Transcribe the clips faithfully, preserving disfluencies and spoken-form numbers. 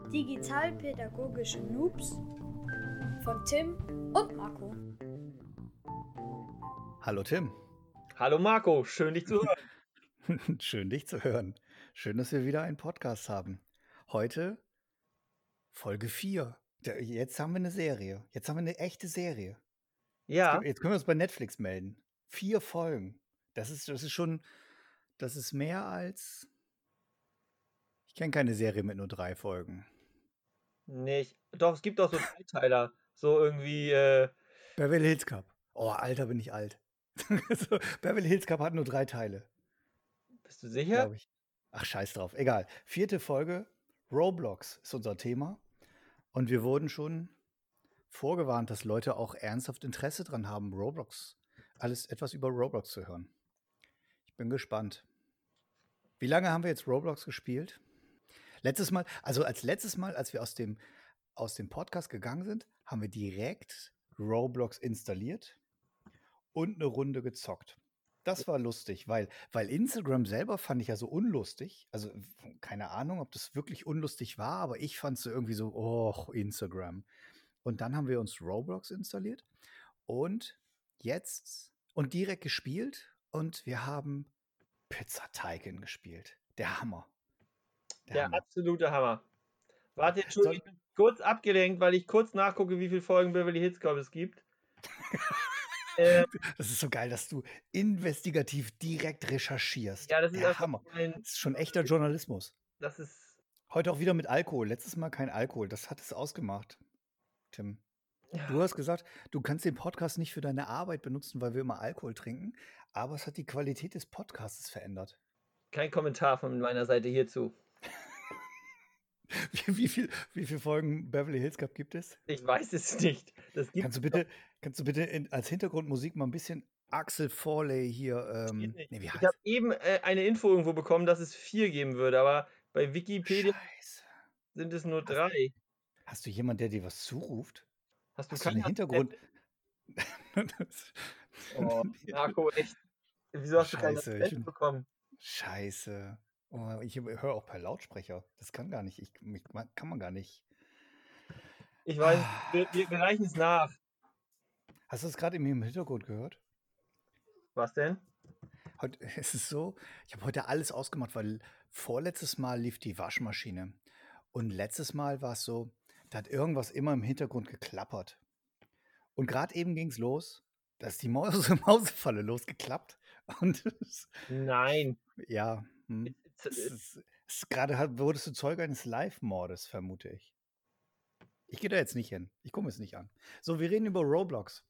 Digitalpädagogische Noobs von Tim und Marco. Hallo Tim. Hallo Marco, schön dich zu hören. Schön dich zu hören. Schön, dass wir wieder einen Podcast haben. Heute Folge vier. Jetzt haben wir eine Serie. Jetzt haben wir eine echte Serie. Ja. Jetzt, jetzt können wir uns bei Netflix melden. Vier Folgen. Das ist, das ist schon, das ist mehr als... Ich kenne keine Serie mit nur drei Folgen. Nicht. Doch, es gibt auch so Dreiteiler. So irgendwie, äh... Beverly Hills Cop. Oh, Alter, bin ich alt. so, Beverly Hills Cop hat nur drei Teile. Bist du sicher? Glaube ich. Ach, scheiß drauf. Egal. Vierte Folge. Roblox ist unser Thema. Und wir wurden schon vorgewarnt, dass Leute auch ernsthaft Interesse dran haben, Roblox, alles etwas über Roblox zu hören. Ich bin gespannt. Wie lange haben wir jetzt Roblox gespielt? Letztes Mal, also als letztes Mal, als wir aus dem, aus dem Podcast gegangen sind, haben wir direkt Roblox installiert und eine Runde gezockt. Das war lustig, weil, weil Instagram selber fand ich ja so unlustig. Also keine Ahnung, ob das wirklich unlustig war, aber ich fand es so irgendwie so, oh, Instagram. Und dann haben wir uns Roblox installiert und jetzt und direkt gespielt und wir haben Pizza Tycoon gespielt. Der Hammer. Der, Der Hammer. absolute Hammer. Warte, Entschuldigung, ich bin kurz abgelenkt, weil ich kurz nachgucke, wie viele Folgen Beverly Hills Cop es gibt. äh, das ist so geil, dass du investigativ direkt recherchierst. Ja, das ist Der Hammer. Ein, das ist schon echter Journalismus. Das ist heute auch wieder mit Alkohol. Letztes Mal kein Alkohol. Das hat es ausgemacht, Tim. Du hast gesagt, du kannst den Podcast nicht für deine Arbeit benutzen, weil wir immer Alkohol trinken, aber es hat die Qualität des Podcasts verändert. Kein Kommentar von meiner Seite hierzu. wie, wie, viel, wie viele Folgen Beverly Hills Cop gibt es? Ich weiß es nicht. Das kannst du bitte, kannst du bitte in, als Hintergrundmusik mal ein bisschen Axel Foley hier... Ähm, nee, ich habe eben äh, eine Info irgendwo bekommen, dass es vier geben würde, aber bei Wikipedia Scheiße. sind es nur hast, drei. Hast du jemanden, der dir was zuruft? Hast du hast keinen Hintergrund? oh, Marco, echt. Wieso hast Scheiße, du keinen bekommen? Scheiße. Oh, ich höre auch per Lautsprecher. Das kann gar nicht. Ich, ich, kann man gar nicht. Ich weiß, wir, wir, wir reichen es nach. Hast du es gerade im Hintergrund gehört? Was denn? Heute, es ist so, ich habe heute alles ausgemacht, weil vorletztes Mal lief die Waschmaschine. Und letztes Mal war es so, da hat irgendwas immer im Hintergrund geklappert. Und gerade eben ging es los, da ist die Maus Mausefalle losgeklappt. Und Nein. Ja, hm. es ist, es gerade wurdest du Zeuge eines Live-Mordes, vermute ich. Ich gehe da jetzt nicht hin. Ich gucke es nicht an. So, wir reden über Roblox.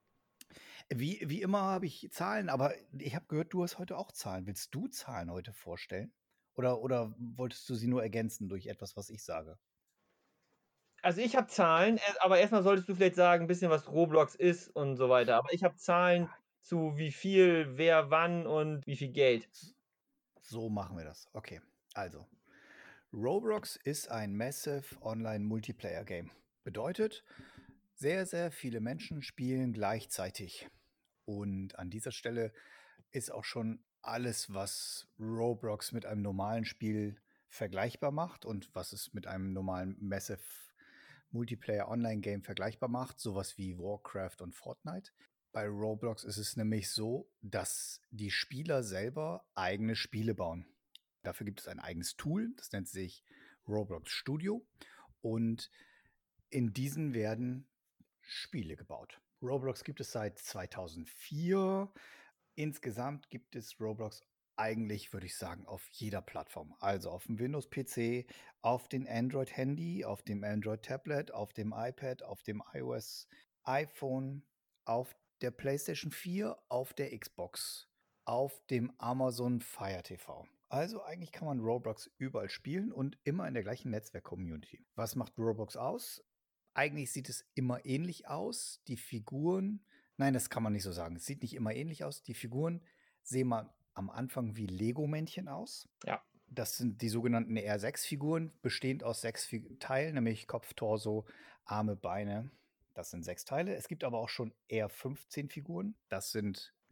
Wie, wie immer habe ich Zahlen, aber ich habe gehört, du hast heute auch Zahlen. Willst du Zahlen heute vorstellen? Oder, oder wolltest du sie nur ergänzen durch etwas, was ich sage? Also ich habe Zahlen, aber erstmal solltest du vielleicht sagen, ein bisschen, was Roblox ist und so weiter. Aber ich habe Zahlen zu wie viel, wer wann und wie viel Geld. So machen wir das. Okay, also Roblox ist ein Massive Online Multiplayer Game. Bedeutet, sehr, sehr viele Menschen spielen gleichzeitig. Und an dieser Stelle ist auch schon alles, was Roblox mit einem normalen Spiel vergleichbar macht und was es mit einem normalen Massive Multiplayer Online Game vergleichbar macht, sowas wie Warcraft und Fortnite. Bei Roblox ist es nämlich so, dass die Spieler selber eigene Spiele bauen. Dafür gibt es ein eigenes Tool, das nennt sich Roblox Studio. Und in diesen werden Spiele gebaut. Roblox gibt es seit zweitausendvier. Insgesamt gibt es Roblox eigentlich, würde ich sagen, auf jeder Plattform. Also auf dem Windows-P C, auf dem Android-Handy, auf dem Android-Tablet, auf dem iPad, auf dem iOS-iPhone, auf der PlayStation vier, auf der Xbox, auf dem Amazon Fire T V. Also eigentlich kann man Roblox überall spielen und immer in der gleichen Netzwerk-Community. Was macht Roblox aus? Eigentlich sieht es immer ähnlich aus. Die Figuren, nein, das kann man nicht so sagen. Es sieht nicht immer ähnlich aus. Die Figuren sehen mal am Anfang wie Lego-Männchen aus. Ja. Das sind die sogenannten R sechs Figuren, bestehend aus sechs Teilen, nämlich Kopf, Torso, Arme, Beine. Das sind sechs Teile. Es gibt aber auch schon R fünfzehn Figuren. Das sind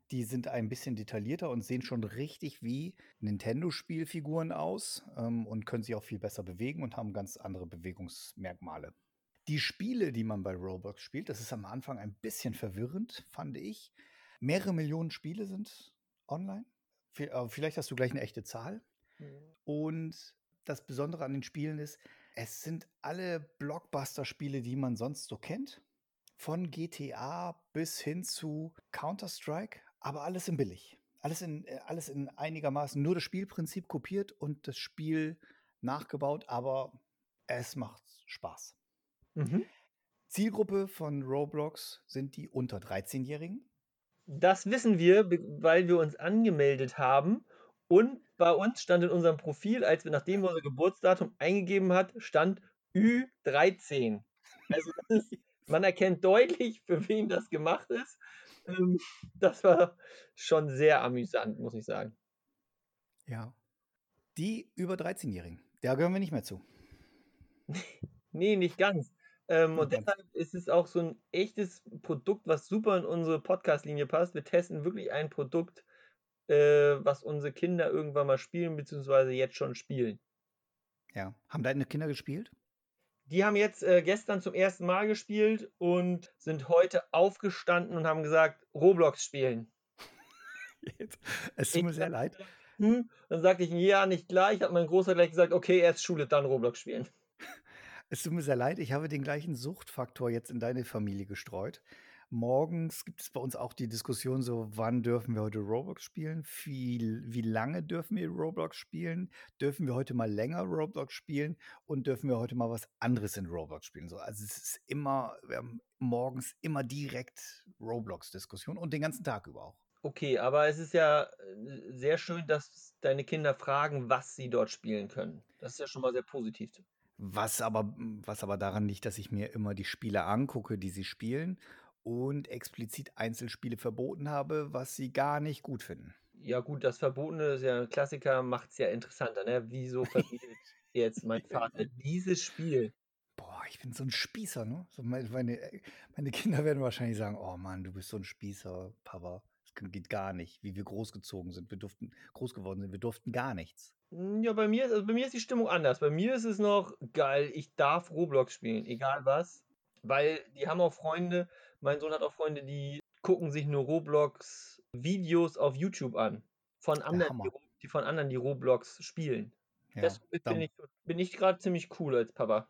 Die sind ein bisschen detaillierter und sehen schon richtig wie Nintendo-Spielfiguren aus ähm, und können sich auch viel besser bewegen und haben ganz andere Bewegungsmerkmale. Die Spiele, die man bei Roblox spielt, das ist am Anfang ein bisschen verwirrend, fand ich. Mehrere Millionen Spiele sind online. Vi- äh, Vielleicht hast du gleich eine echte Zahl. Und das Besondere an den Spielen ist, es sind alle Blockbuster-Spiele, die man sonst so kennt. Von G T A bis hin zu Counter-Strike, aber alles in billig. Alles in, äh, alles in einigermaßen nur das Spielprinzip kopiert und das Spiel nachgebaut, aber es macht Spaß. Mhm. Zielgruppe von Roblox sind die unter dreizehn-Jährigen. Das wissen wir, be- weil wir uns angemeldet haben. Und bei uns stand in unserem Profil, als wir, nachdem wir unser Geburtsdatum eingegeben hat, stand Ü dreizehn. Also das ist, man erkennt deutlich, für wen das gemacht ist. Ähm, das war schon sehr amüsant, muss ich sagen. Ja. Die über dreizehn-Jährigen, da gehören wir nicht mehr zu. Nee, nicht ganz. Ähm, und Nicht ganz. deshalb ist es auch so ein echtes Produkt, was super in unsere Podcast-Linie passt. Wir testen wirklich ein Produkt, äh, was unsere Kinder irgendwann mal spielen, beziehungsweise jetzt schon spielen. Ja. Haben deine Kinder gespielt? Die haben jetzt äh, gestern zum ersten Mal gespielt und sind heute aufgestanden und haben gesagt, Roblox spielen. Jetzt. Es tut Ich mir sehr hab leid. gesagt, hm. Dann sagte ich, ja, nicht gleich. Hat mein Großer gleich gesagt, okay, erst Schule, dann Roblox spielen. Es tut mir sehr leid, ich habe den gleichen Suchtfaktor jetzt in deine Familie gestreut. Morgens gibt es bei uns auch die Diskussion so, wann dürfen wir heute Roblox spielen? Wie, wie lange dürfen wir Roblox spielen? Dürfen wir heute mal länger Roblox spielen? Und dürfen wir heute mal was anderes in Roblox spielen? So, also es ist immer, wir haben morgens immer direkt Roblox-Diskussion und den ganzen Tag über auch. Okay, aber es ist ja äh, sehr schön, dass deine Kinder fragen, was sie dort spielen können. Das ist ja schon mal sehr positiv. Was aber, was aber daran liegt, dass ich mir immer die Spiele angucke, die sie spielen und explizit Einzelspiele verboten habe, was sie gar nicht gut finden. Ja gut, das Verbotene ist ja ein Klassiker, macht es ja interessanter, ne? Wieso verbietet jetzt mein Vater dieses Spiel? Boah, ich bin so ein Spießer, ne? So meine, meine, meine Kinder werden wahrscheinlich sagen, oh Mann, du bist so ein Spießer, Papa. Das geht gar nicht, wie wir großgezogen sind. Wir durften, groß geworden sind, wir durften gar nichts. Hm, ja, bei mir, also bei mir ist die Stimmung anders. Bei mir ist es noch geil, ich darf Roblox spielen, egal was. Weil die haben auch Freunde, mein Sohn hat auch Freunde, die gucken sich nur Roblox-Videos auf YouTube an. Von Der anderen, die, Hammer. Ro- die von anderen, die Roblox spielen. Ja, Deshalb bin da, ich, bin ich gerade ziemlich cool als Papa.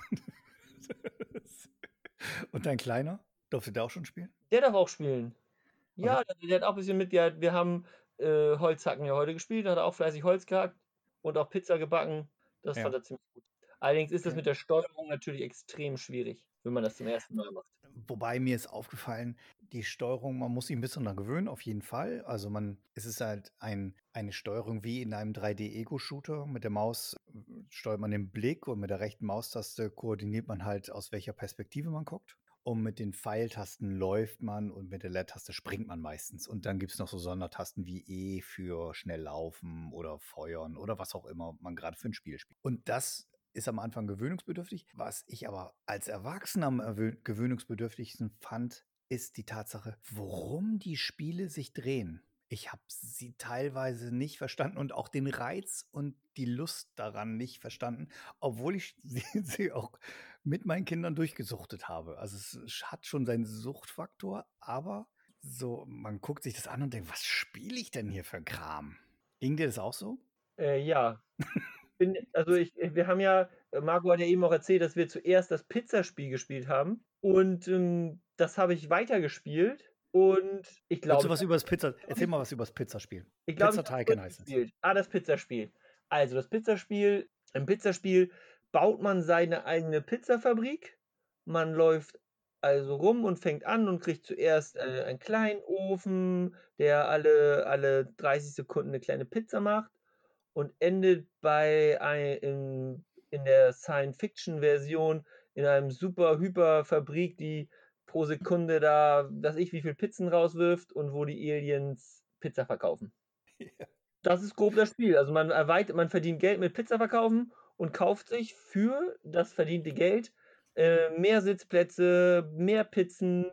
Und dein Kleiner? Durfte der auch schon spielen? Der darf auch spielen. Und, Ja, der, der hat auch ein bisschen mit. Der, wir haben äh, Holzhacken ja heute gespielt, da hat er auch fleißig Holz gehackt und auch Pizza gebacken. Das fand ja. er ziemlich gut. Allerdings ist das Okay. mit der Steuerung natürlich extrem schwierig, wenn man das zum ersten Mal macht. Wobei mir ist aufgefallen, die Steuerung, man muss sich ein bisschen daran gewöhnen, auf jeden Fall. Also man, es ist halt ein, eine Steuerung wie in einem drei D-Ego-Shooter. Mit der Maus äh, steuert man den Blick und mit der rechten Maustaste koordiniert man halt, aus welcher Perspektive man guckt. Und mit den Pfeiltasten läuft man und mit der Leertaste springt man meistens. Und dann gibt es noch so Sondertasten wie E für schnell laufen oder feuern oder was auch immer man gerade für ein Spiel spielt. Und das ist am Anfang gewöhnungsbedürftig. Was ich aber als Erwachsener am erwö- gewöhnungsbedürftigsten fand, ist die Tatsache, worum die Spiele sich drehen. Ich habe sie teilweise nicht verstanden und auch den Reiz und die Lust daran nicht verstanden, obwohl ich sie, sie auch mit meinen Kindern durchgesuchtet habe. Also es hat schon seinen Suchtfaktor, aber so, man guckt sich das an und denkt, was spiele ich denn hier für Kram? Ging dir das auch so? Äh, ja. Bin, also ich, wir haben ja, äh, Marco hat ja eben auch erzählt, dass wir zuerst das Pizzaspiel gespielt haben. Und ähm, das habe ich weitergespielt. Und ich Willst glaube, du ich was habe über das Pizza? glaub, Erzähl ich, mal was über das Pizzaspiel. ich, glaub, ich habe es Pizzateig heißt es. durchgespielt. Ah, das Pizzaspiel. Also das Pizzaspiel, im Pizzaspiel baut man seine eigene Pizzafabrik. Man läuft also rum und fängt an und kriegt zuerst äh, einen kleinen Ofen, der alle, alle dreißig Sekunden eine kleine Pizza macht und endet bei ein, in, in der Science-Fiction-Version in einem super Hyper-Fabrik, die pro Sekunde da, weiß ich, wie viel Pizzen rauswirft und wo die Aliens Pizza verkaufen. Ja. Das ist grob das Spiel. Also man erweitert, man verdient Geld mit Pizza verkaufen und kauft sich für das verdiente Geld äh, mehr Sitzplätze, mehr Pizzen,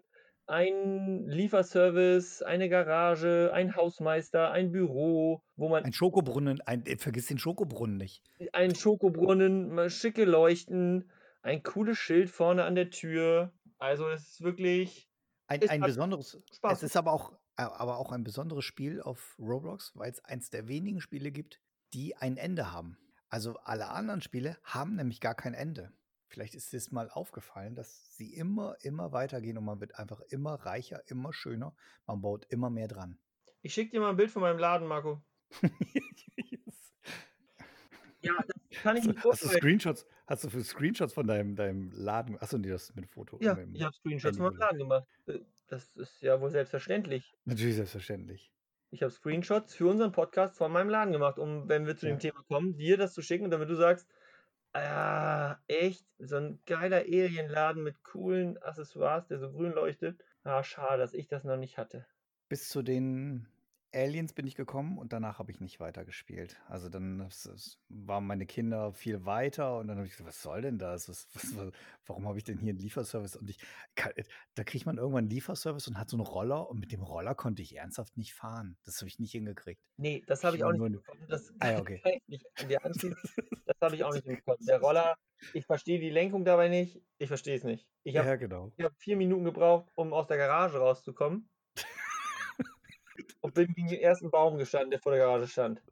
ein Lieferservice, eine Garage, ein Hausmeister, ein Büro, wo man Ein Schokobrunnen, ein, äh, vergiss den Schokobrunnen nicht. einen Schokobrunnen, mal schicke Leuchten, ein cooles Schild vorne an der Tür. Also es ist wirklich, Ein, es ein hat besonderes, Spaß es ist gemacht. aber auch, äh, aber auch ein besonderes Spiel auf Roblox, weil es eins der wenigen Spiele gibt, die ein Ende haben. Also alle anderen Spiele haben nämlich gar kein Ende. Vielleicht ist es mal aufgefallen, dass sie immer, immer weitergehen und man wird einfach immer reicher, immer schöner. Man baut immer mehr dran. Ich schicke dir mal ein Bild von meinem Laden, Marco. Ja, das kann ich Hast du, nicht hast du urteilen. Screenshots, hast du für Screenshots von deinem, deinem Laden? Achso, nee, das ist mit Foto. Ja, mit dem ich habe Screenshots Handy von meinem hochgeladen. Laden gemacht. Äh, Das ist ja wohl selbstverständlich. Natürlich selbstverständlich. Ich habe Screenshots für unseren Podcast von meinem Laden gemacht, um, wenn wir zu dem Ja. Thema kommen, dir das zu schicken, damit du sagst, ah, echt, so ein geiler Alien-Laden mit coolen Accessoires, der so grün leuchtet. Ah, schade, dass ich das noch nicht hatte. Bis zu den Aliens bin ich gekommen und danach habe ich nicht weitergespielt. Also dann es, es waren meine Kinder viel weiter und dann habe ich gesagt, was soll denn das? Was, was, was, warum habe ich denn hier einen Lieferservice? Und ich kann, da kriegt man irgendwann einen Lieferservice und hat so einen Roller und mit dem Roller konnte ich ernsthaft nicht fahren. Das habe ich nicht hingekriegt. Nee, das Hab habe ich ich auch immer nicht nur. hinbekommen. Das Ah ja, kann okay. ich nicht an dir anschließen. Das habe ich auch nicht hinbekommen. Der Roller, ich verstehe die Lenkung dabei nicht. Ich verstehe es nicht. Ich habe Ja, genau. ich hab vier Minuten gebraucht, um aus der Garage rauszukommen und bin gegen den ersten Baum gestanden, der vor der Garage stand.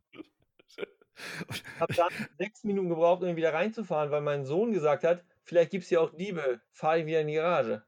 Habe dann sechs Minuten gebraucht, um wieder reinzufahren, weil mein Sohn gesagt hat, vielleicht gibt es hier auch Diebe, fahr ihn wieder in die Garage.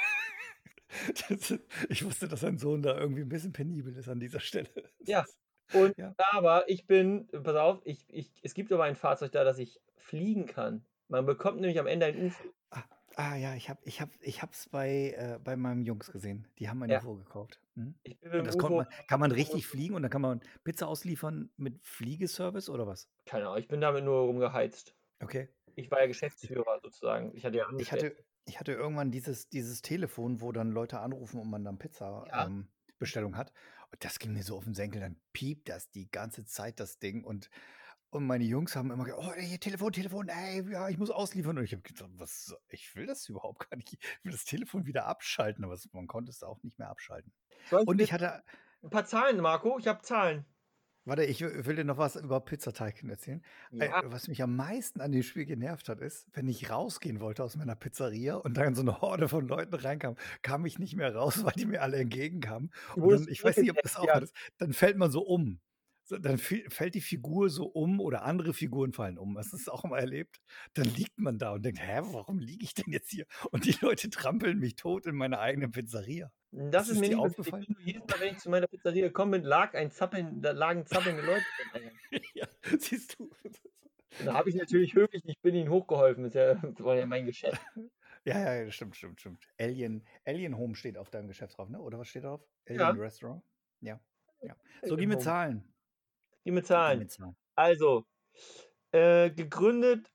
Das, ich wusste, dass sein Sohn da irgendwie ein bisschen penibel ist an dieser Stelle. Ja, und Ja. aber ich bin, pass auf, ich, ich, es gibt aber ein Fahrzeug da, das ich fliegen kann. Man bekommt nämlich am Ende ein U F O. Ah, ah ja, ich habe ich hab, ich hab's bei, äh, bei meinem Jungs gesehen. Die haben ein Ja, U F O gekauft. Mhm. ich bin mit Und dem das konnte U F O. man, kann man richtig fliegen und dann kann man Pizza ausliefern mit Fliegeservice oder was? Keine Ahnung, ich bin damit nur rumgeheizt. Okay. Ich war ja Ich, Geschäftsführer sozusagen. Ich hatte ja ich Angestellte. hatte, ich hatte irgendwann dieses, dieses Telefon, wo dann Leute anrufen und man dann Pizza Ja, ähm, Bestellung hat. Und das ging mir so auf den Senkel, dann piept das die ganze Zeit, das Ding. Und, und meine Jungs haben immer gesagt, oh, ey, Telefon, Telefon, ey, ja, ich muss ausliefern. Und ich habe gedacht, was, ich will das überhaupt gar nicht. Ich will das Telefon wieder abschalten, aber es, man konnte es auch nicht mehr abschalten. soll ich Und dir ich hatte, ein paar Zahlen, Marco? Ich habe Zahlen. warte, ich will will dir noch was über Pizzateig erzählen. Äh, Ja, was mich am meisten an dem Spiel genervt hat, ist, wenn ich rausgehen wollte aus meiner Pizzeria und dann so eine Horde von Leuten reinkam, kam ich nicht mehr raus, weil die mir alle entgegenkamen. du Und dann, wurdest ich weiß nicht, ob zurückgesteckt. das auch Ja, hattest, dann fällt man so um. So, dann fi- fällt die Figur so um oder andere Figuren fallen um. Hast du das auch mal erlebt? Dann liegt man da und denkt, hä, warum liege ich denn jetzt hier? Und die Leute trampeln mich tot in meiner eigenen Pizzeria. das ist Ist mir dir nicht passiert. Ich aufgefallen? bin nur jedes Mal, wenn ich zu meiner Pizzeria gekommen bin, lag ein Zappeln, da lagen zappelnde Leute vor dem Eingang. Ja, siehst du. Und da habe ich natürlich höflich, ich bin ihnen hochgeholfen. Das ist ja, das war ja mein Geschäft. Ja, ja, ja, stimmt, stimmt, stimmt. Alien, Alien Home steht auf deinem Geschäft drauf, ne? Oder was steht drauf? Alien Ja, Restaurant? Ja, ja. So, Alien gib mir Home. Zahlen. Die mit Gib Zahlen. mir Zahlen. Also, äh, gegründet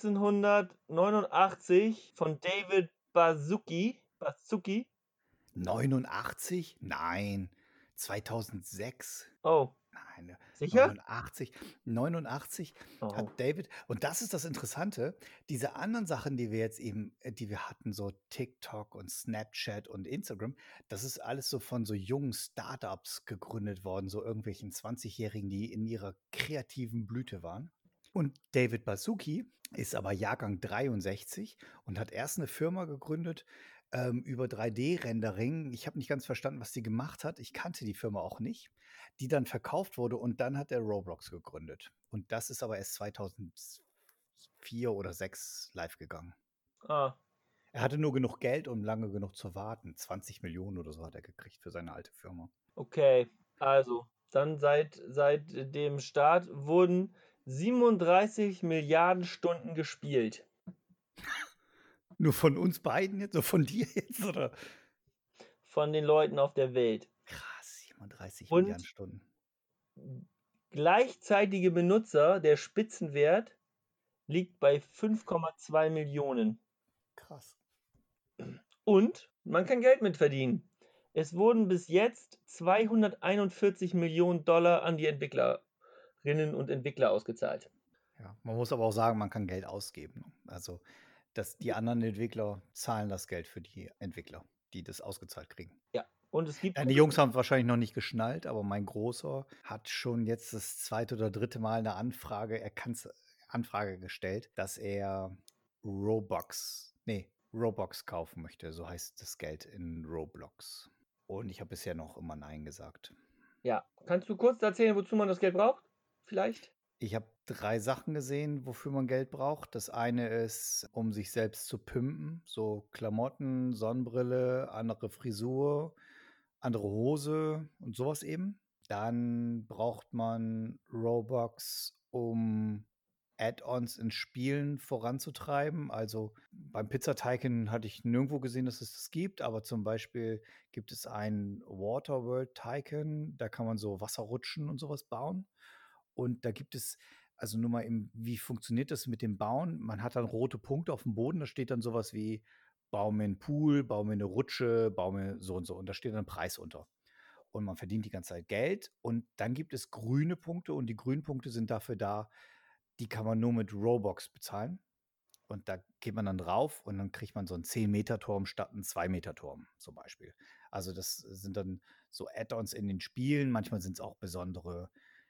neunzehnhundertneunundachtzig von David Baszucki. Baszucki. neunundachtzig? Nein. zweitausendsechs? Oh, Nein. sicher? neunundachtzig? neunundachtzig Oh. hat David, und das ist das Interessante, diese anderen Sachen, die wir jetzt eben, äh, die wir hatten, so TikTok und Snapchat und Instagram, das ist alles so von so jungen Startups gegründet worden, so irgendwelchen zwanzigjährigen, die in ihrer kreativen Blüte waren. Und David Baszucki ist aber Jahrgang dreiundsechzig und hat erst eine Firma gegründet ähm, über drei D-Rendering. Ich habe nicht ganz verstanden, was die gemacht hat. Ich kannte die Firma auch nicht, die dann verkauft wurde und dann hat er Roblox gegründet. Und das ist aber erst zweitausendvier oder sechs live gegangen. Ah, Er hatte nur genug Geld, um lange genug zu warten. zwanzig Millionen oder so hat er gekriegt für seine alte Firma. okay. Also, dann seit, seit dem Start wurden siebenunddreißig Milliarden Stunden gespielt. Nur von uns beiden jetzt, so von dir jetzt, oder? Von den Leuten auf der Welt. Krass, siebenunddreißig Und Milliarden Stunden. gleichzeitige Benutzer, der Spitzenwert, liegt bei fünf Komma zwei Millionen. Krass. Und man kann Geld mit verdienen. Es wurden bis jetzt zweihunderteinundvierzig Millionen Dollar an die Entwicklerinnen und Entwickler ausgezahlt. Ja, man muss aber auch sagen, man kann Geld ausgeben. Ne? Also, dass die anderen Entwickler zahlen das Geld für die Entwickler. die das ausgezahlt kriegen. Ja, und es gibt. Deine Jungs haben wahrscheinlich noch nicht geschnallt, aber mein Großer hat schon jetzt das zweite oder dritte Mal eine Anfrage, er kann's, Anfrage gestellt, dass er Robux, nee, Robux kaufen möchte. So heißt das Geld in Roblox. Und ich habe bisher noch immer Nein gesagt. Ja, kannst du kurz erzählen, wozu man das Geld braucht? Vielleicht? Ich habe drei Sachen gesehen, wofür man Geld braucht. Das eine ist, um sich selbst zu pimpen. So Klamotten, Sonnenbrille, andere Frisur, andere Hose und sowas eben. Dann braucht man Robux, um Add-ons in Spielen voranzutreiben. Also beim Pizza Tycoon hatte ich nirgendwo gesehen, dass es das gibt, aber zum Beispiel gibt es ein Waterworld Tycoon, da kann man so Wasserrutschen und sowas bauen. Und da gibt es, also nur mal eben, wie funktioniert das mit dem Bauen? Man hat dann rote Punkte auf dem Boden, da steht dann sowas wie, bau mir einen Pool, bau mir eine Rutsche, bau mir so und so. Und da steht dann ein Preis unter. Und man verdient die ganze Zeit Geld. Und dann gibt es grüne Punkte und die grünen Punkte sind dafür da, die kann man nur mit Robux bezahlen. Und da geht man dann drauf und dann kriegt man so einen zehn-Meter-Turm statt einen zwei-Meter-Turm zum Beispiel. Also das sind dann so Add-ons in den Spielen. Manchmal sind es auch besondere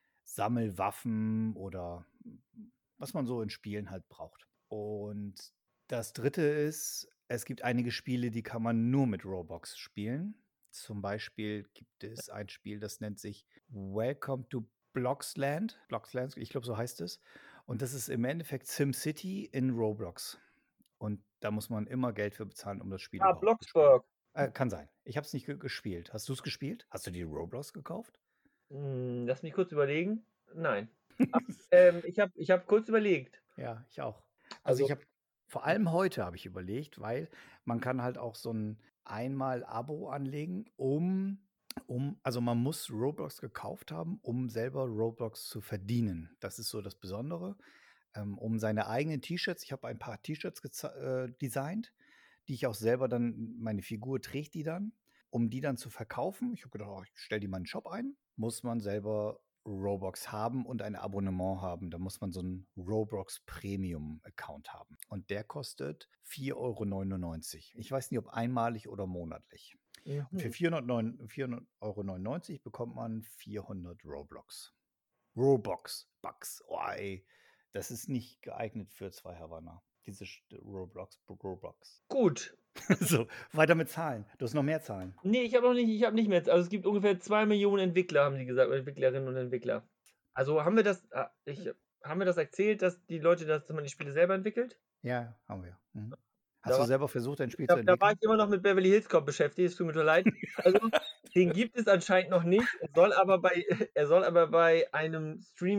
Sammelwaffen oder was man so in Spielen halt braucht. Und das dritte ist, es gibt einige Spiele, die kann man nur mit Robux spielen. Zum Beispiel gibt es ein Spiel, das nennt sich Welcome to Bloxland. Bloxland, ich glaube, so heißt es. Und das ist im Endeffekt SimCity in Roblox. Und da muss man immer Geld für bezahlen, um das Spiel Ah, überhaupt zu spielen. Bloxburg. Äh, kann sein. Ich habe es nicht ge gespielt. Hast du es gespielt? Hast du die Roblox gekauft? Hm, lass mich kurz überlegen. Nein. Ah, ähm, ich habe ich hab kurz überlegt. Ja, ich auch. Also Also, ich habe vor allem heute habe ich überlegt, weil man kann halt auch so ein Einmal-Abo anlegen, um, um, also man muss Roblox gekauft haben, um selber Roblox zu verdienen. Das ist so das Besondere. Ähm, um seine eigenen T-Shirts, ich habe ein paar T-Shirts äh, designt, die ich auch selber dann, meine Figur trägt die dann, um die dann zu verkaufen. Ich habe gedacht, oh, ich stelle die mal in den Shop ein, muss man selber Roblox haben und ein Abonnement haben. Da muss man so einen Roblox Premium Account haben. Und der kostet vier Euro neunundneunzig. Ich weiß nicht, ob einmalig oder monatlich. Und für mhm. vierhundert Euro neunundneunzig bekommt man vierhundert Roblox. Roblox, Bucks. Oh, ey. Das ist nicht geeignet für zwei Havanna. Diese St- Roblox, Roblox. Gut. So, weiter mit Zahlen. Du hast noch mehr Zahlen. Nee, ich habe auch nicht, ich habe nicht mehr. Also es gibt ungefähr zwei Millionen Entwickler, haben sie gesagt, oder Entwicklerinnen und Entwickler. Also haben wir das, ah, ich, haben wir das erzählt, dass die Leute, dass man die Spiele selber entwickelt? Ja, haben wir. Mhm. Da Hast du war, selber versucht, ein Spiel da, zu da war entwickeln? ich immer noch mit Beverly Hills Cop beschäftigt, es tut mir so leid. Also, den gibt es anscheinend noch nicht. Er soll aber bei, er soll aber bei einem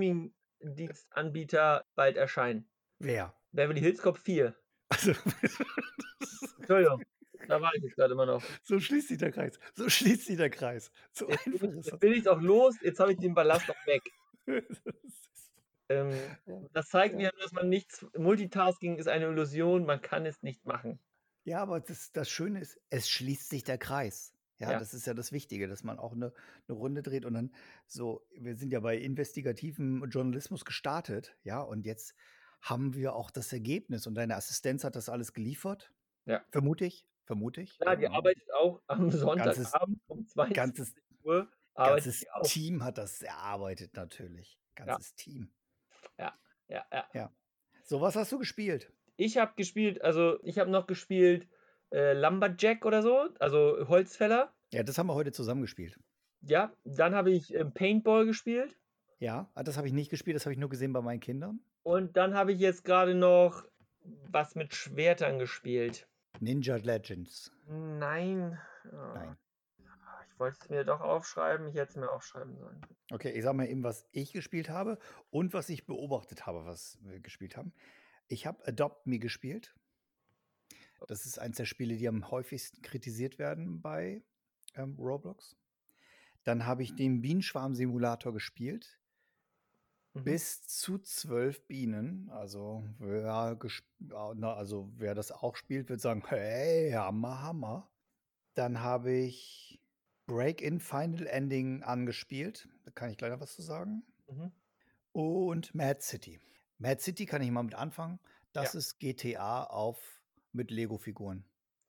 Streaming-Dienstanbieter bald erscheinen. Wer? Beverly Hills Cop vier. Also, Entschuldigung, da war ich jetzt gerade immer noch. so schließt sich der Kreis. So schließt sich der Kreis. So Jetzt bin einfach ich, ist jetzt das. bin ich auch los, jetzt habe ich den Ballast auch weg. Ähm, Ja. das zeigt Ja. mir, dass man nichts. Multitasking ist eine Illusion, man kann es nicht machen. Ja, aber das, das Schöne ist, es schließt sich der Kreis. Ja, Ja. das ist ja das Wichtige, dass man auch eine, eine Runde dreht und dann so, wir sind ja bei investigativem Journalismus gestartet, ja, und jetzt haben wir auch das Ergebnis und deine Assistenz hat das alles geliefert. Ja. Vermute ich, vermute ich. Klar, die ja. arbeitet auch am Ganzes, Sonntagabend um zweiundzwanzig ganzes, Uhr. Arbeitet ganzes sie auch. Team hat das erarbeitet, natürlich. Ja. Ganzes Team. Ja, ja, ja. Ja. So, was hast du gespielt? Ich habe gespielt, also ich habe noch gespielt äh, Lumberjack oder so, also Holzfäller. Ja, das haben wir heute zusammen gespielt. Ja, dann habe ich ähm, Paintball gespielt. Ja, ah, das habe ich nicht gespielt, das habe ich nur gesehen bei meinen Kindern. Und dann habe ich jetzt gerade noch was mit Schwertern gespielt. Ninja Legends. Nein. Oh, Nein. ich wollte es mir doch aufschreiben, ich hätte es mir aufschreiben sollen. Okay, ich sage mal eben, was ich gespielt habe und was ich beobachtet habe, was wir gespielt haben. Ich habe Adopt Me gespielt. Das ist eins der Spiele, die am häufigsten kritisiert werden bei ähm, Roblox. Dann habe ich den Bienenschwarm-Simulator gespielt. Mhm. Bis zu zwölf Bienen. Also wer, na, also wer das auch spielt, wird sagen, hey, Hammer, Hammer. Dann habe ich Break-In Final Ending angespielt. Da kann ich gleich noch was zu sagen. Mhm. Und Mad City. Mad City kann ich mal mit anfangen. Das Ja. ist G T A auf mit Lego-Figuren.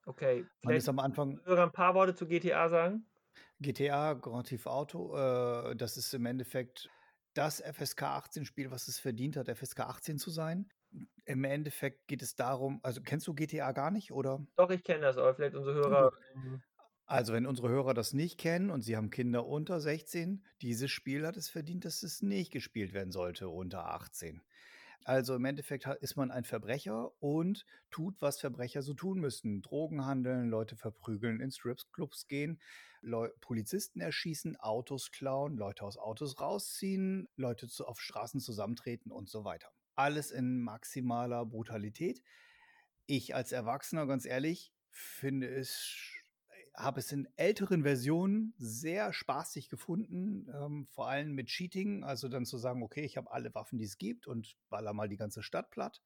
Okay, Man vielleicht ist am Anfang Hörer ein paar Worte zu G T A sagen? G T A, Grand Theft Auto, äh, das ist im Endeffekt das F S K achtzehn Spiel, was es verdient hat, F S K achtzehn zu sein. Im Endeffekt geht es darum, also kennst du G T A gar nicht, oder? Doch, ich kenne das, aber vielleicht unsere Hörer. Gut. Also, wenn unsere Hörer das nicht kennen und sie haben Kinder unter sechzehn, dieses Spiel hat es verdient, dass es nicht gespielt werden sollte unter achtzehn. Also im Endeffekt ha- ist man ein Verbrecher und tut, was Verbrecher so tun müssen. Drogen handeln, Leute verprügeln, in Stripclubs gehen, Leu Polizisten erschießen, Autos klauen, Leute aus Autos rausziehen, Leute zu, auf Straßen zusammentreten und so weiter. Alles in maximaler Brutalität. Ich als Erwachsener, ganz ehrlich, finde es, habe es in älteren Versionen sehr spaßig gefunden, ähm, vor allem mit Cheating, also dann zu sagen, okay, ich habe alle Waffen, die es gibt und baller mal die ganze Stadt platt.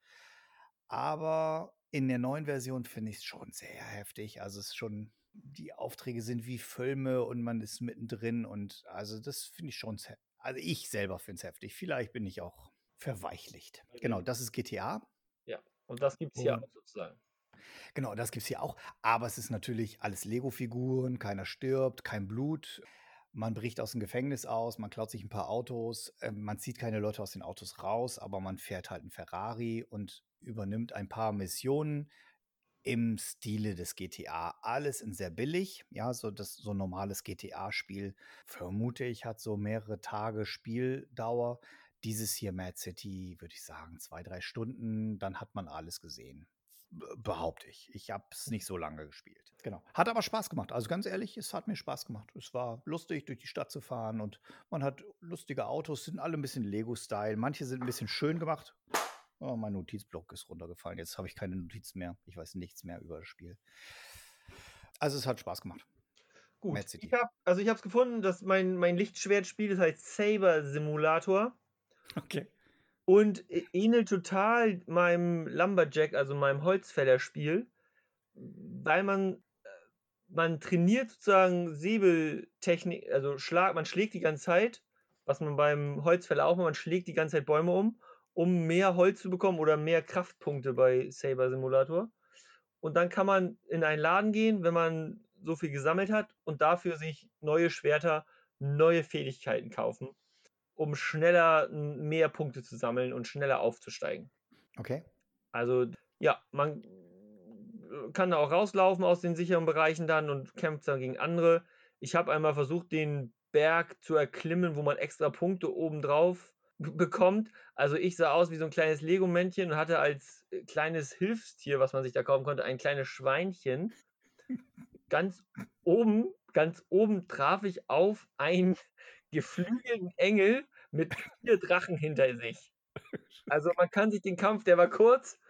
Aber in der neuen Version finde ich es schon sehr heftig. Also es ist schon, die Aufträge sind wie Filme und man ist mittendrin und also das finde ich schon, se- also ich selber finde es heftig. Vielleicht bin ich auch verweichlicht. Genau, das ist G T A. Ja, und das gibt es hier Und auch sozusagen. genau, das gibt's hier auch. Aber es ist natürlich alles Lego-Figuren, keiner stirbt, kein Blut. Man bricht aus dem Gefängnis aus, man klaut sich ein paar Autos, ähm, man zieht keine Leute aus den Autos raus, aber man fährt halt 'n Ferrari und übernimmt ein paar Missionen im Stile des G T A. Alles in sehr billig, ja, so das so 'n normales G T A-Spiel, vermute ich, hat so mehrere Tage Spieldauer. Dieses hier, Mad City, würde ich sagen, zwei drei Stunden, dann hat man alles gesehen. B behaupte ich. Ich habe es nicht so lange gespielt. Genau. Hat aber Spaß gemacht. Also, ganz ehrlich, es hat mir Spaß gemacht. Es war lustig, durch die Stadt zu fahren und man hat lustige Autos, sind alle ein bisschen Lego-Style. Manche sind ein bisschen schön gemacht. Oh, mein Notizblock ist runtergefallen. Jetzt habe ich keine Notizen mehr. Ich weiß nichts mehr über das Spiel. Also, es hat Spaß gemacht. Gut, Mad ich City. habe also ich habe es gefunden, dass mein, mein Lichtschwertspiel, das heißt Saber Simulator Okay. und ä- ähnelt total meinem Lumberjack, also meinem Holzfällerspiel, weil man, äh, man trainiert sozusagen Säbeltechnik, also Schlag, man schlägt die ganze Zeit, was man beim Holzfäller auch macht, man schlägt die ganze Zeit Bäume um, um mehr Holz zu bekommen oder mehr Kraftpunkte bei Saber Simulator. Und dann kann man in einen Laden gehen, wenn man so viel gesammelt hat und dafür sich neue Schwerter, neue Fähigkeiten kaufen, um schneller n- mehr Punkte zu sammeln und schneller aufzusteigen. Okay. Also ja, man äh, kann da auch rauslaufen aus den sicheren Bereichen dann und kämpft dann gegen andere. Ich habe einmal versucht, den Berg zu erklimmen, wo man extra Punkte obendrauf b- bekommt. Also ich sah aus wie so ein kleines Lego-Männchen und hatte als äh, kleines Hilfstier, was man sich da kaufen konnte, ein kleines Schweinchen. Ganz oben, ganz oben traf ich auf einen geflügelten Engel mit vier Drachen hinter sich. Also man kann sich den Kampf, der war kurz.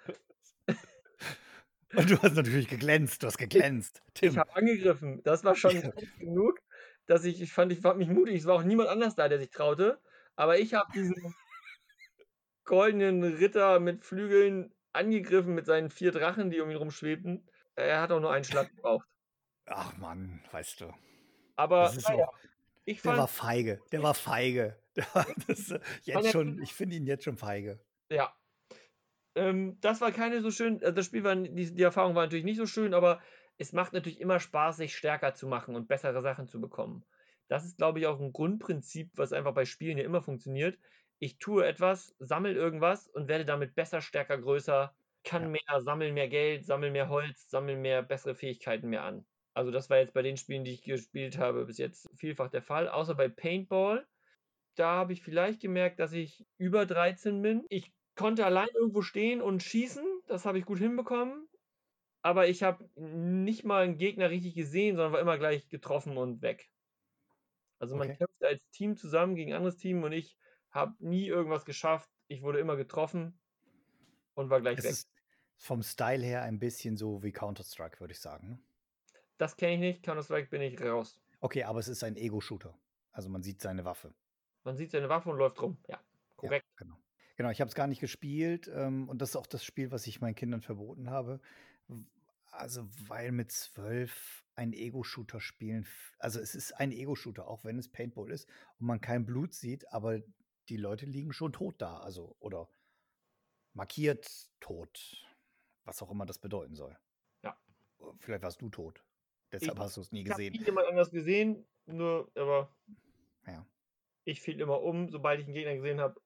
Und du hast natürlich geglänzt. Du hast Ich, geglänzt. ich Tim. habe angegriffen. Das war schon Ja. Grund genug, dass ich, ich fand, ich fand mich mutig. Es war auch niemand anders da, der sich traute. Aber ich habe diesen goldenen Ritter mit Flügeln angegriffen mit seinen vier Drachen, die um ihn rumschwebten. Er hat auch nur einen Schlag gebraucht. Ach Mann, weißt du. Das Aber ist naja, so. ich Der fand, war feige. Der war feige. Der war, das, äh, man jetzt erkennt, schon, ich finde ihn jetzt schon feige. ja, ähm, das war keine so schön, äh, das Spiel war, die, die Erfahrung war natürlich nicht so schön, aber es macht natürlich immer Spaß, sich stärker zu machen und bessere Sachen zu bekommen. Das ist, glaube ich, auch ein Grundprinzip, was einfach bei Spielen ja immer funktioniert. Ich tue etwas, sammle irgendwas und werde damit besser, stärker, größer, kann Ja. mehr, sammle mehr Geld, sammle mehr Holz, sammle mehr bessere Fähigkeiten mehr an. Also das war jetzt bei den Spielen, die ich gespielt habe, bis jetzt vielfach der Fall. Außer bei Paintball, da habe ich vielleicht gemerkt, dass ich über dreizehn bin. Ich konnte allein irgendwo stehen und schießen, das habe ich gut hinbekommen, aber ich habe nicht mal einen Gegner richtig gesehen, sondern war immer gleich getroffen und weg. Also man Okay. kämpfte als Team zusammen gegen ein anderes Team und ich habe nie irgendwas geschafft. Ich wurde immer getroffen und war gleich Es weg. ist vom Style her ein bisschen so wie Counter-Strike, würde ich sagen. Ne? Das kenne ich nicht, Counter-Strike bin ich raus. Okay, aber es ist ein Ego-Shooter. Also man sieht seine Waffe. Man sieht seine Waffe und läuft rum. Ja, Ja, korrekt. genau. Genau, ich habe es gar nicht gespielt ähm, und das ist auch das Spiel, was ich meinen Kindern verboten habe. W- Also, weil mit zwölf ein Ego-Shooter spielen, f- also es ist ein Ego-Shooter, auch wenn es Paintball ist und man kein Blut sieht, aber die Leute liegen schon tot da, also oder markiert tot, was auch immer das bedeuten soll. Ja. Vielleicht warst du tot. Ich, Deshalb hast du es nie ich habe gesehen. nie jemand anders gesehen, nur, aber Ja. ich fiel immer um, sobald ich einen Gegner gesehen habe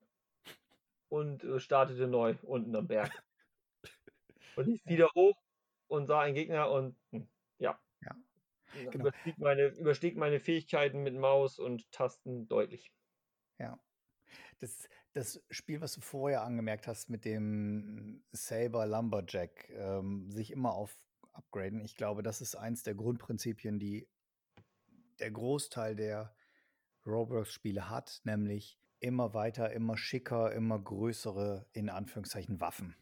und äh, startete neu unten am Berg. Und ich Ja. wieder hoch und sah einen Gegner und hm, ja, Ja, genau. genau. überstieg, meine, überstieg meine Fähigkeiten mit Maus und Tasten deutlich. Ja. Das, das Spiel, was du vorher angemerkt hast mit dem Saber Lumberjack, ähm, sich immer auf upgraden, ich glaube, das ist eins der Grundprinzipien, die der Großteil der Roblox-Spiele hat, nämlich immer weiter, immer schicker, immer größere, in Anführungszeichen, Waffen.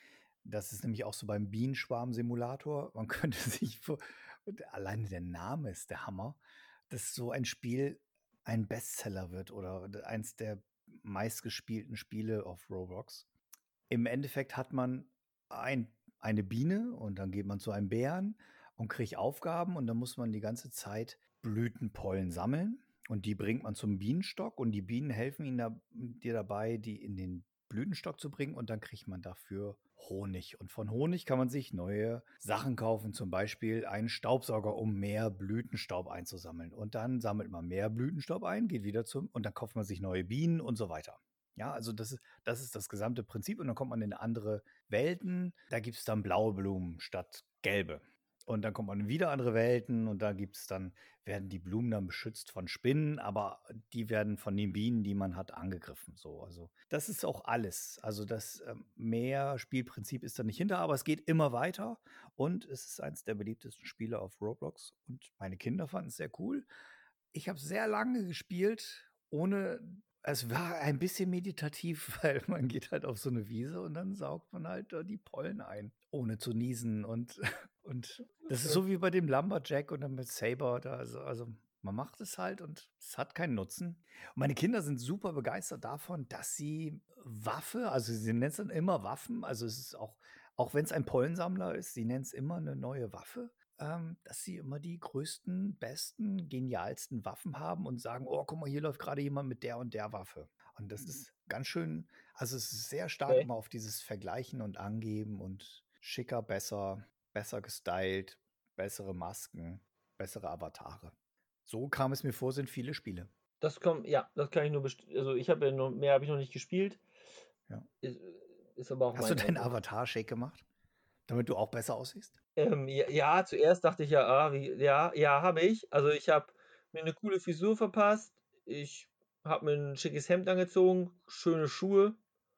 Das ist nämlich auch so beim Bienenschwarm-Simulator. Man könnte sich vor, alleine der Name ist der Hammer, dass so ein Spiel ein Bestseller wird oder eins der meistgespielten Spiele auf Roblox. Im Endeffekt hat man ein, eine Biene und dann geht man zu einem Bären und kriegt Aufgaben und dann muss man die ganze Zeit Blütenpollen sammeln und die bringt man zum Bienenstock und die Bienen helfen ihnen da, dir dabei, die in den Blütenstock zu bringen und dann kriegt man dafür Honig. Und von Honig kann man sich neue Sachen kaufen, zum Beispiel einen Staubsauger, um mehr Blütenstaub einzusammeln. Und dann sammelt man mehr Blütenstaub ein, geht wieder zum und dann kauft man sich neue Bienen und so weiter. Ja, also das ist, das ist das gesamte Prinzip und dann kommt man in andere Welten. Da gibt es dann blaue Blumen statt gelbe. Und dann kommt man in wieder andere Welten und da gibt es dann, werden die Blumen dann beschützt von Spinnen, aber die werden von den Bienen, die man hat, angegriffen. So, also das ist auch alles. Also das ähm, mehr Spielprinzip ist da nicht hinter, aber es geht immer weiter und es ist eines der beliebtesten Spiele auf Roblox und meine Kinder fanden es sehr cool. Ich habe sehr lange gespielt, ohne es war ein bisschen meditativ, weil man geht halt auf so eine Wiese und dann saugt man halt da die Pollen ein, ohne zu niesen. Und, und das ist so wie bei dem Lumberjack und dann mit Saber. Da, also, also man macht es halt und es hat keinen Nutzen. Und meine Kinder sind super begeistert davon, dass sie Waffe, also sie nennen es dann immer Waffen, also es ist auch, auch wenn es ein Pollensammler ist, sie nennen es immer eine neue Waffe. Ähm, dass sie immer die größten, besten, genialsten Waffen haben und sagen, oh, guck mal, hier läuft gerade jemand mit der und der Waffe. Und das ist ganz schön, also es ist sehr stark Okay. immer auf dieses Vergleichen und Angeben und schicker, besser, besser gestylt, bessere Masken, bessere Avatare. So kam es mir vor, sind viele Spiele. Das kommt, ja, das kann ich nur bestätigen. Also ich habe ja noch, mehr habe ich noch nicht gespielt. Ja. Ist, ist aber auch Hast du mein deinen Eindruck. Avatar-Shake gemacht, damit du auch besser aussiehst? Ähm, ja, ja, zuerst dachte ich ja, ah, wie, ja, ja, habe ich. Also ich habe mir eine coole Frisur verpasst. Ich habe mir ein schickes Hemd angezogen, schöne Schuhe.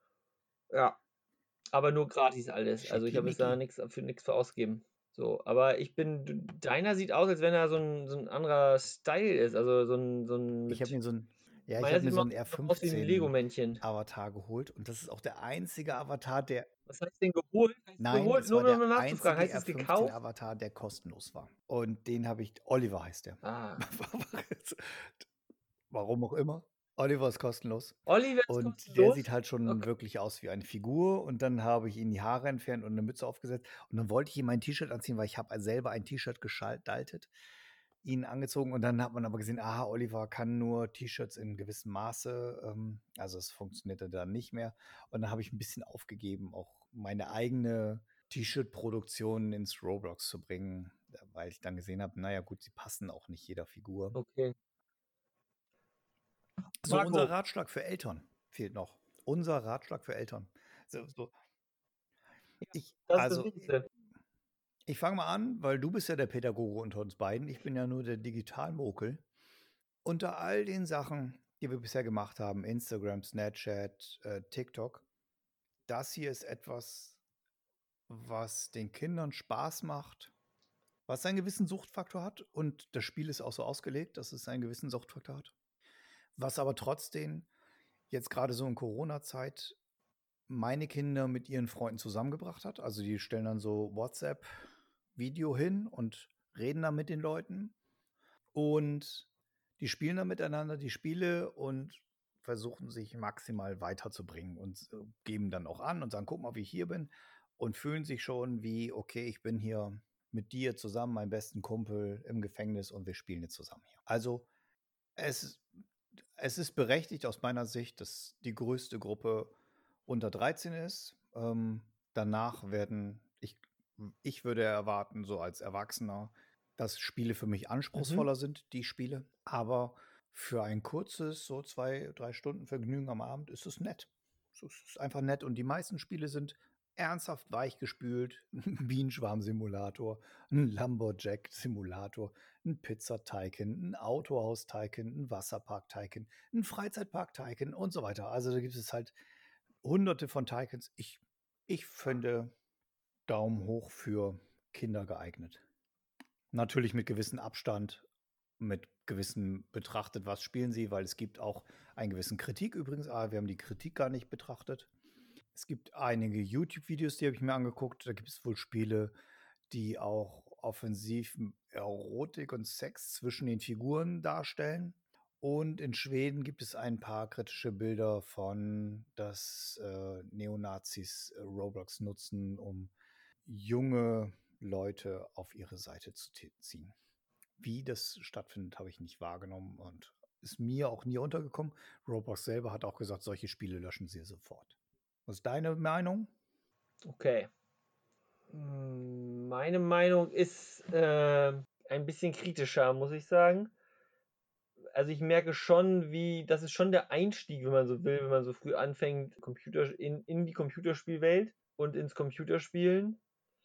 Ja, aber nur gratis alles. Also ich habe jetzt da Schickimicki. nichts für nichts für ausgegeben. So, aber ich bin, d- deiner sieht aus, als wenn er so ein, so ein anderer Style ist. Also so ein, so ein Ich habe mit, mir so ein, ja, ich meiner habe sieht mir so immer ein R noch aus wie ein Lego-Männchen. fünfzehn Avatar geholt und das ist auch der einzige Avatar, der, Was heißt denn geholt? Heißt nein, geholt? es Nur war um mal der nachzufragen, einzige heißt es R fünfzehn gekauft? Avatar, der kostenlos war. Und den habe ich, Oliver heißt der. Ah. Warum auch immer. Oliver ist kostenlos. Oliver ist Und der kostenlos? sieht halt schon Okay. wirklich aus wie eine Figur. Und dann habe ich ihm die Haare entfernt und eine Mütze aufgesetzt. Und dann wollte ich ihm ein T-Shirt anziehen, weil ich habe selber ein T-Shirt gestaltet, ihn angezogen. Und dann hat man aber gesehen, aha, Oliver kann nur T-Shirts in gewissem Maße. Ähm, also es funktionierte dann nicht mehr. Und dann habe ich ein bisschen aufgegeben, auch meine eigene T-Shirt-Produktion ins Roblox zu bringen, weil ich dann gesehen habe, naja gut, sie passen auch nicht jeder Figur. Okay. So, unser Marco, Ratschlag für Eltern fehlt noch. Unser Ratschlag für Eltern. So, so. Ich, das ist das also, Wichtigste. ich fange mal an, weil du bist ja der Pädagoge unter uns beiden. Ich bin ja nur der Digitalmokel. Unter all den Sachen, die wir bisher gemacht haben, Instagram, Snapchat, äh, TikTok, das hier ist etwas, was den Kindern Spaß macht, was einen gewissen Suchtfaktor hat. Und das Spiel ist auch so ausgelegt, dass es einen gewissen Suchtfaktor hat. Was aber trotzdem jetzt gerade so in Corona-Zeit meine Kinder mit ihren Freunden zusammengebracht hat. Also die stellen dann so WhatsApp-Video hin und reden dann mit den Leuten. Und die spielen dann miteinander die Spiele und versuchen sich maximal weiterzubringen und äh, geben dann auch an und sagen, guck mal, wie ich hier bin und fühlen sich schon wie, okay, ich bin hier mit dir zusammen, meinem besten Kumpel im Gefängnis und wir spielen jetzt zusammen hier. Also es, es ist berechtigt aus meiner Sicht, dass die größte Gruppe unter dreizehn ist. Ähm, danach werden, ich ich würde erwarten, so als Erwachsener, dass Spiele für mich Mhm. anspruchsvoller sind, die Spiele. Aber für ein kurzes, so zwei, drei Stunden Vergnügen am Abend ist es nett. Es ist einfach nett. Und die meisten Spiele sind ernsthaft weichgespült. Ein Bienenschwarm-Simulator, ein Lumberjack-Simulator, ein Pizza-Tycoon, ein Autohaus-Tycoon, ein Wasserpark-Tycoon, ein Freizeitpark-Tycoon und so weiter. Also da gibt es halt hunderte von Tycoons. Ich, ich finde Daumen hoch für Kinder geeignet. Natürlich mit gewissem Abstand, mit gewissem betrachtet, was spielen sie, weil es gibt auch einen gewissen Kritik übrigens. Ah, wir haben die Kritik gar nicht betrachtet. Es gibt einige YouTube-Videos, die habe ich mir angeguckt. Da gibt es wohl Spiele, die auch offensiv Erotik und Sex zwischen den Figuren darstellen. Und in Schweden gibt es ein paar kritische Bilder von, dass äh, Neonazis äh, Roblox nutzen, um junge Leute auf ihre Seite zu t- ziehen. Wie das stattfindet, habe ich nicht wahrgenommen und ist mir auch nie untergekommen. Roblox selber hat auch gesagt, solche Spiele löschen sie sofort. Was ist deine Meinung? Okay. Mm, Meine Meinung ist äh, ein bisschen kritischer, muss ich sagen. Also ich merke schon, wie, das ist schon der Einstieg, wenn man so will, wenn man so früh anfängt, Computer, in, in die Computerspielwelt und ins Computerspielen.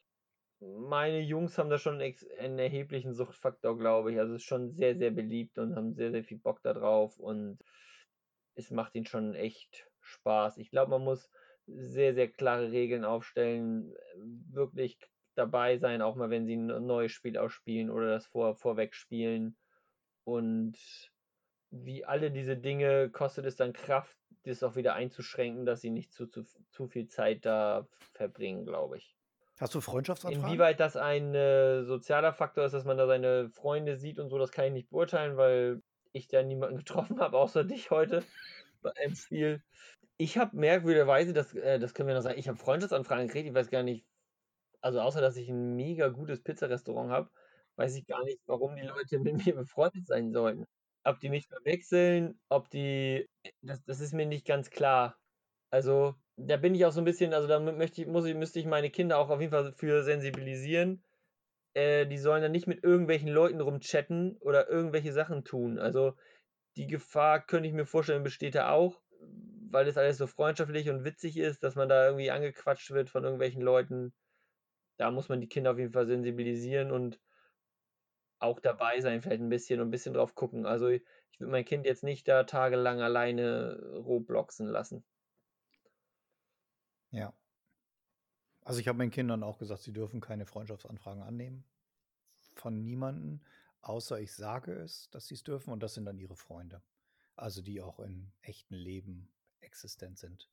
Meine Jungs haben da schon einen, ex- einen erheblichen Suchtfaktor, glaube ich. Also es ist schon sehr, sehr beliebt und haben sehr, sehr viel Bock da drauf und es macht ihnen schon echt Spaß. Ich glaube, man muss sehr, sehr klare Regeln aufstellen, wirklich dabei sein, auch mal wenn sie ein neues Spiel ausspielen oder das vor, vorweg spielen. Und wie alle diese Dinge kostet es dann Kraft, das auch wieder einzuschränken, dass sie nicht zu, zu, zu viel Zeit da verbringen, glaube ich. Hast du Freundschaftsanfragen? Inwieweit das ein äh, sozialer Faktor ist, dass man da seine Freunde sieht und so, das kann ich nicht beurteilen, weil ich da niemanden getroffen habe, außer dich heute bei einem Spiel. Ich habe merkwürdigerweise, das, äh, das können wir noch sagen, ich habe Freundschaftsanfragen gekriegt, ich weiß gar nicht, also außer dass ich ein mega gutes Pizzarestaurant habe, weiß ich gar nicht, warum die Leute mit mir befreundet sein sollten. Ob die mich verwechseln, ob die, das, das ist mir nicht ganz klar. Also, da bin ich auch so ein bisschen, also da möchte ich, muss ich, müsste ich meine Kinder auch auf jeden Fall für sensibilisieren. Äh, die sollen dann nicht mit irgendwelchen Leuten rumchatten oder irgendwelche Sachen tun. Also, die Gefahr könnte ich mir vorstellen, besteht da auch, weil das alles so freundschaftlich und witzig ist, dass man da irgendwie angequatscht wird von irgendwelchen Leuten. Da muss man die Kinder auf jeden Fall sensibilisieren und auch dabei sein, vielleicht ein bisschen und ein bisschen drauf gucken. Also, ich würde mein Kind jetzt nicht da tagelang alleine Robloxen lassen. Ja. Also ich habe meinen Kindern auch gesagt, sie dürfen keine Freundschaftsanfragen annehmen. Von niemandem, außer ich sage es, dass sie es dürfen. Und das sind dann ihre Freunde. Also die auch im echten Leben existent sind.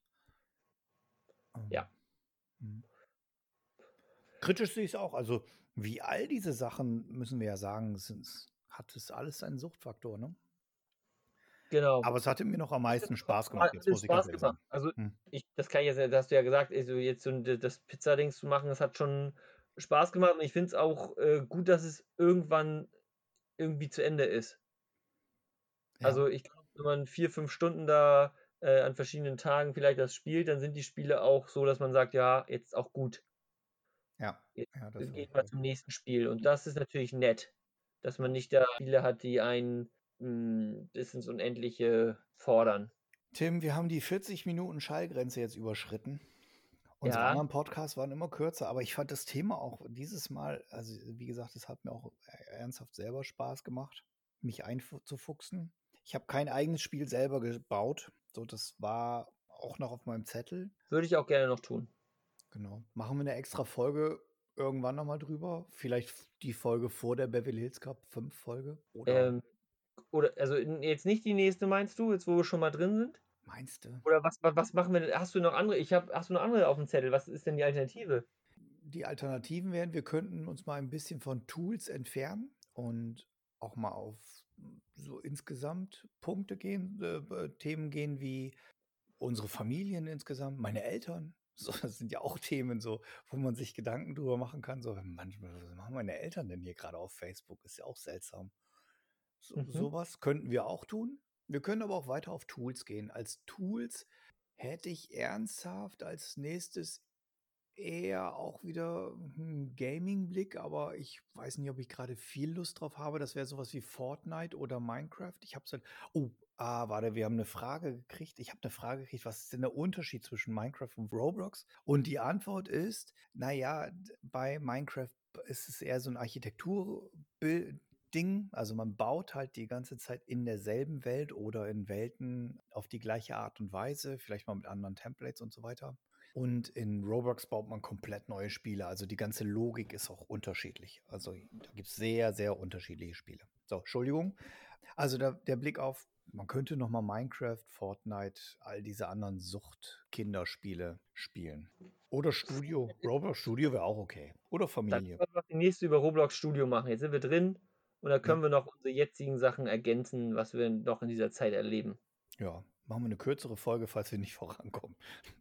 Ähm, Ja. hm. Kritisch sehe ich es auch. Also wie all diese Sachen, müssen wir ja sagen, sind, hat es alles einen Suchtfaktor, ne? Genau. Aber es hatte mir noch am meisten Spaß Hat gemacht, jetzt mir muss ich ganz Spaß ehrlich gemacht. sagen. Also, Hm. ich das kann ich jetzt, das hast du ja gesagt, also jetzt so 'n das Pizzadings zu machen, das hat schon Spaß gemacht und ich finde es auch, äh, gut, dass es irgendwann irgendwie zu Ende ist. Ja, Also, ich glaube, wenn man vier, fünf Stunden da, äh, an verschiedenen Tagen vielleicht das spielt, dann sind die Spiele auch so, dass man sagt: „Ja, jetzt auch gut. ja, Jetzt ja, das geht ist man so. zum nächsten Spiel.“ Und das ist natürlich nett, dass man nicht da Spiele hat, die einen, hm, bis ins Unendliche fordern. Tim, wir haben die vierzig Minuten Schallgrenze jetzt überschritten. Unsere Ja. anderen Podcasts waren immer kürzer, aber ich fand das Thema auch dieses Mal, also wie gesagt, es hat mir auch ernsthaft selber Spaß gemacht, mich einzufuchsen. Ich habe kein eigenes Spiel selber gebaut, so das war auch noch auf meinem Zettel. Würde ich auch gerne noch tun. Genau. Machen wir eine extra Folge irgendwann nochmal drüber? Vielleicht die Folge vor der Beverly Hills Cup fünf Folge? Oder Ähm, oder also n jetzt nicht die nächste meinst du, jetzt wo wir schon mal drin sind? meinst du? Oder was wa was machen wir denn? Hast du noch andere? Ich habe hast du noch andere auf dem Zettel? Was ist denn die Alternative? Die Alternativen wären, wir könnten uns mal ein bisschen von Tools entfernen und auch mal auf so insgesamt Punkte gehen, äh, äh, Themen gehen wie unsere Familien insgesamt, meine Eltern. So, das sind ja auch Themen, so, wo man sich Gedanken drüber machen kann. So, manchmal, was machen meine Eltern denn hier gerade auf Facebook? Ist ja auch seltsam. So, Mhm. sowas könnten wir auch tun. Wir können aber auch weiter auf Tools gehen. Als Tools hätte ich ernsthaft als nächstes eher auch wieder ein Gaming-Blick, aber ich weiß nicht, ob ich gerade viel Lust drauf habe. Das wäre sowas wie Fortnite oder Minecraft. Ich habe halt oh, ah, warte, wir haben eine Frage gekriegt. Ich habe eine Frage gekriegt, was ist denn der Unterschied zwischen Minecraft und Roblox? Und die Antwort ist, na ja, d bei Minecraft ist es eher so ein Architektur-Ding. Also, man baut halt die ganze Zeit in derselben Welt oder in Welten auf die gleiche Art und Weise, vielleicht mal mit anderen Templates und so weiter. Und in Roblox baut man komplett neue Spiele. Also die ganze Logik ist auch unterschiedlich. Also da gibt es sehr, sehr unterschiedliche Spiele. So, Entschuldigung. Also der, der Blick auf, man könnte nochmal Minecraft, Fortnite, all diese anderen Sucht-Kinderspiele spielen. Oder Studio. Roblox Studio wäre auch okay. Oder Dann Familie. können wir noch die nächste über Roblox Studio machen. Jetzt sind wir drin und da Ja, können wir noch unsere jetzigen Sachen ergänzen, was wir noch in dieser Zeit erleben. ja, machen wir eine kürzere Folge, falls wir nicht vorankommen.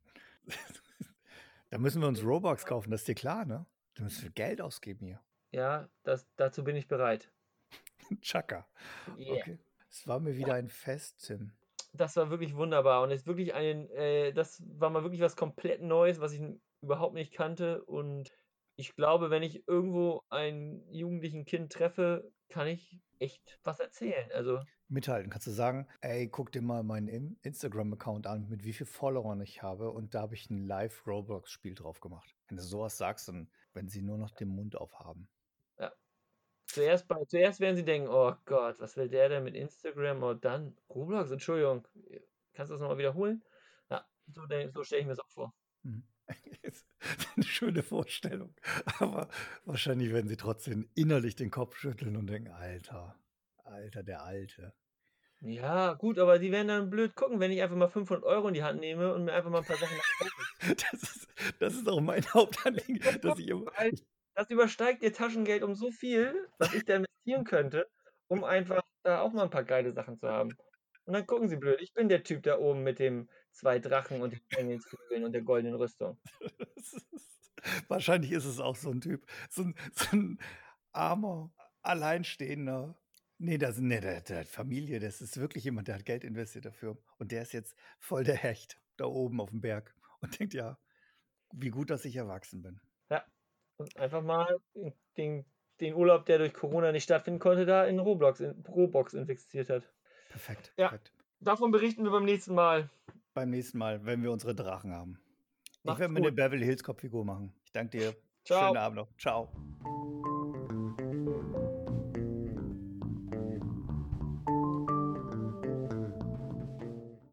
Da müssen wir uns Robux kaufen, das ist dir klar, ne? Da müssen wir Geld ausgeben hier. Ja, das, dazu bin ich bereit. Chaka. Yeah. Okay. Es war mir wieder ein Fest, Tim. Das war wirklich wunderbar und ist wirklich ein, äh, das war mal wirklich was komplett Neues, was ich n- überhaupt nicht kannte. Und ich glaube, wenn ich irgendwo einen jugendlichen Kind treffe, kann ich echt was erzählen. Also, Mithalten. Kannst du sagen, ey, guck dir mal meinen Im- Instagram-Account an, mit wie vielen Followern ich habe und da habe ich ein Live-Roblox-Spiel drauf gemacht. Wenn du sowas sagst, dann wenn sie nur noch den Mund aufhaben. ja. Zuerst, bei, zuerst werden sie denken, oh Gott, was will der denn mit Instagram? Und dann Roblox, Entschuldigung, kannst du das nochmal wiederholen? Ja, so, denk- so stelle ich mir das auch vor. Hm. Ist eine schöne Vorstellung. Aber wahrscheinlich werden sie trotzdem innerlich den Kopf schütteln und denken, Alter, Alter, der Alte. Ja, gut, aber die werden dann blöd gucken, wenn ich einfach mal fünfhundert Euro in die Hand nehme und mir einfach mal ein paar Sachen kaufe. Das ist, das ist auch mein Hauptanliegen, dass ich immer. Weil das übersteigt ihr Taschengeld um so viel, was ich da investieren könnte, um einfach da auch mal ein paar geile Sachen zu haben. Und dann gucken sie blöd. Ich bin der Typ da oben mit dem zwei Drachen und den Engelsflügeln und der goldenen Rüstung. Das ist, wahrscheinlich ist es auch so ein Typ, so ein, so ein armer, alleinstehender. Nee, das, nee der, der hat Familie, das ist wirklich jemand, der hat Geld investiert dafür. Und der ist jetzt voll der Hecht da oben auf dem Berg und denkt, ja, wie gut, dass ich erwachsen bin. Ja, und einfach mal den, den Urlaub, der durch Corona nicht stattfinden konnte, da in Roblox, in Roblox investiert hat. Perfekt, Ja, perfekt. davon berichten wir beim nächsten Mal. Beim nächsten Mal, wenn wir unsere Drachen haben. Ich Macht's werde mir eine gut. Beverly Hills Kopffigur machen. Ich danke dir. Ciao. Schönen Abend noch. Ciao.